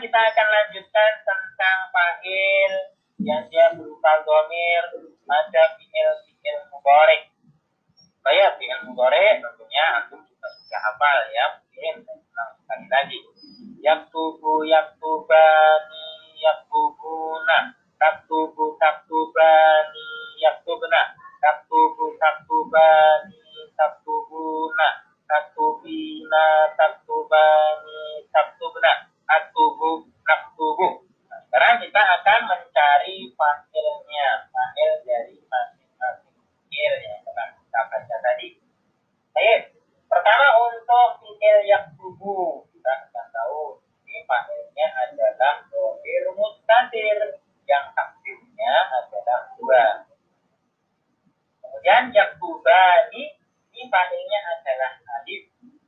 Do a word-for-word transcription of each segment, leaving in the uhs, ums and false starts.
kita akan lanjutkan tentang fa'il yang dia berupa dhamir pada fi'il-fi'il mudhari'. Baik, fi'il mudhari' tentunya antum juga sudah hafal ya. Mungkin sekali lagi. Yaktubu, yaktubani, yaktubuna, taktubu, taktubani, yaktubna, taktubu, taktubani, taktubuna, taktubina, taktubani, taktubna, taktubu, taktubu. Nah, sekarang kita akan mencari fa'ilnya, fa'il dari masing-masing fi'il yang telah kita baca tadi. Baik, pertama untuk fi'il yaktubu, kita akan tahu ini fa'ilnya adalah dhamir mustatir yang takdirnya adalah dua. Kemudian yaktubani, ini fa'ilnya adalah alif.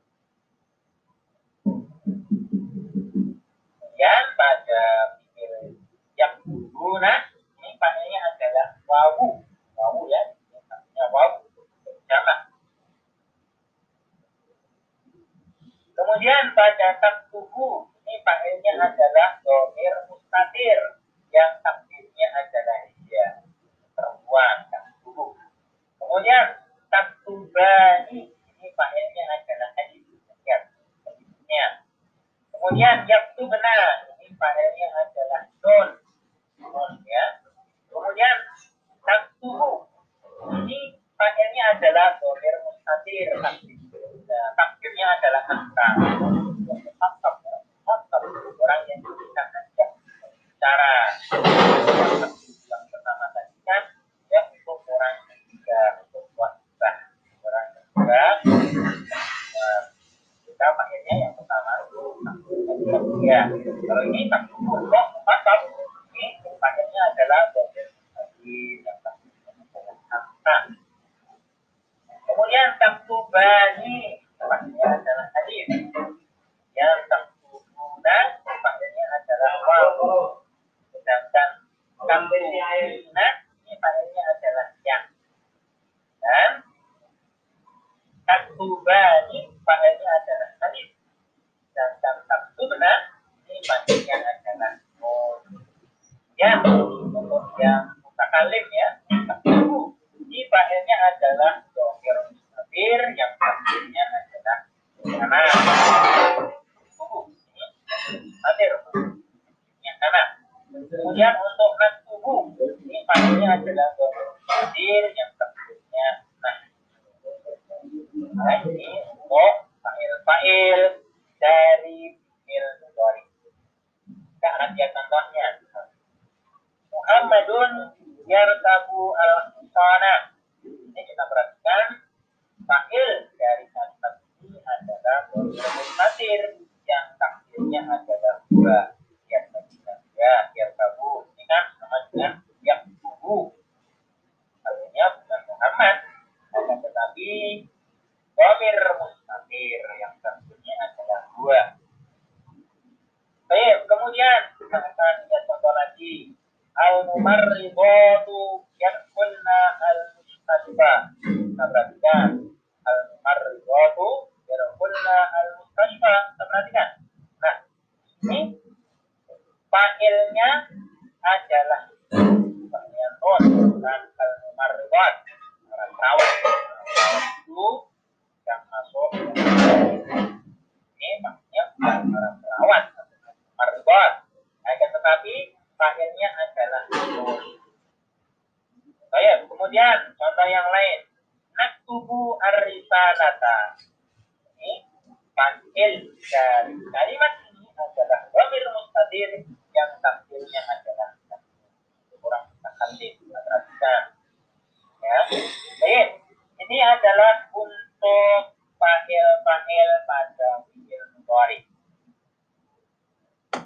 Kemudian pada fi'il yaktubuna, ini fa'ilnya adalah wawu. Wawu ya, ini fa'ilnya wawu. Jamak. Kemudian pada taktubu, ini fa'ilnya adalah dhamir mustatir yang takdirnya adalah dia, perempuan, taktubu. Kemudian taktubani, ini fa'ilnya adalah alif. Ya, alifnya. Kemudian yaktubna, ini fa'ilnya adalah nun. Nun ya. Kemudian taktubu, ini fa'ilnya adalah dhamir mustatir, takdir. Nah, takdirnya adalah angka. Faktab, faktab orang yang kita ajak bicara. Yang pertama tadi kan ya untuk orang ketiga, untuk wanita, orang ketiga. Nah, kita pakainya yang pertama itu takdirnya. Kalau ini takdir kok faktab, ini pakainya adalah dhamir mustatir yang takdirnya adalah angka. Kemudian taktubani, fa'ilnya adalah alif. Yang taktubuna, fa'ilnya adalah wawu. Sedangkan taktubina, ini fa'ilnya adalah ya. Dan taktubani, fa'ilnya adalah alif. Sedangkan taktubna, ini fa'ilnya adalah nun. Ya, untuk yang mutakalim ya, taktubu, ini fa'ilnya adalah dhamir mustatir yang takdirnya adalah kanan. Tubuh ini mustatir yang kanan. Kemudian untuk naktubu, ini fa'ilnya adalah dhamir mustatir yang takdirnya nah. Nah ini untuk fa'il-fa'il dari fi'il mudhari'. Kita akan lihat contohnya. Muhammadun yarkabu al-husana. Ini kita perhatikan fa'il dari kalimat ini adalah dhamir mustatir yang takdirnya adalah dua. Lihat bagian ya, yarkabu. Ini kan sama dengan yaktubu. Artinya bukan Muhammad, akan tetapi dhamir mustatir yang takdirnya adalah dua. Baik, kemudian kita akan lihat contoh lagi. Al-mumarridatu yarkulna al-mustashfa. Kita perhatikan. Al-mumarridatu yarkulna al-mustashfa. Kita perhatikan. Nah, ini fa'ilnya adalah fa'ilnya nun dan al-mumarridat. Orang perawat. Perawat itu yang masuk. Ini maksudnya bukan orang perawat. Mumarridat. Akan tetapi fa'ilnya adalah nun. Baik, kemudian contoh yang lain. Naktubu ar-risalata. Ini fa'il dari kalimat ini adalah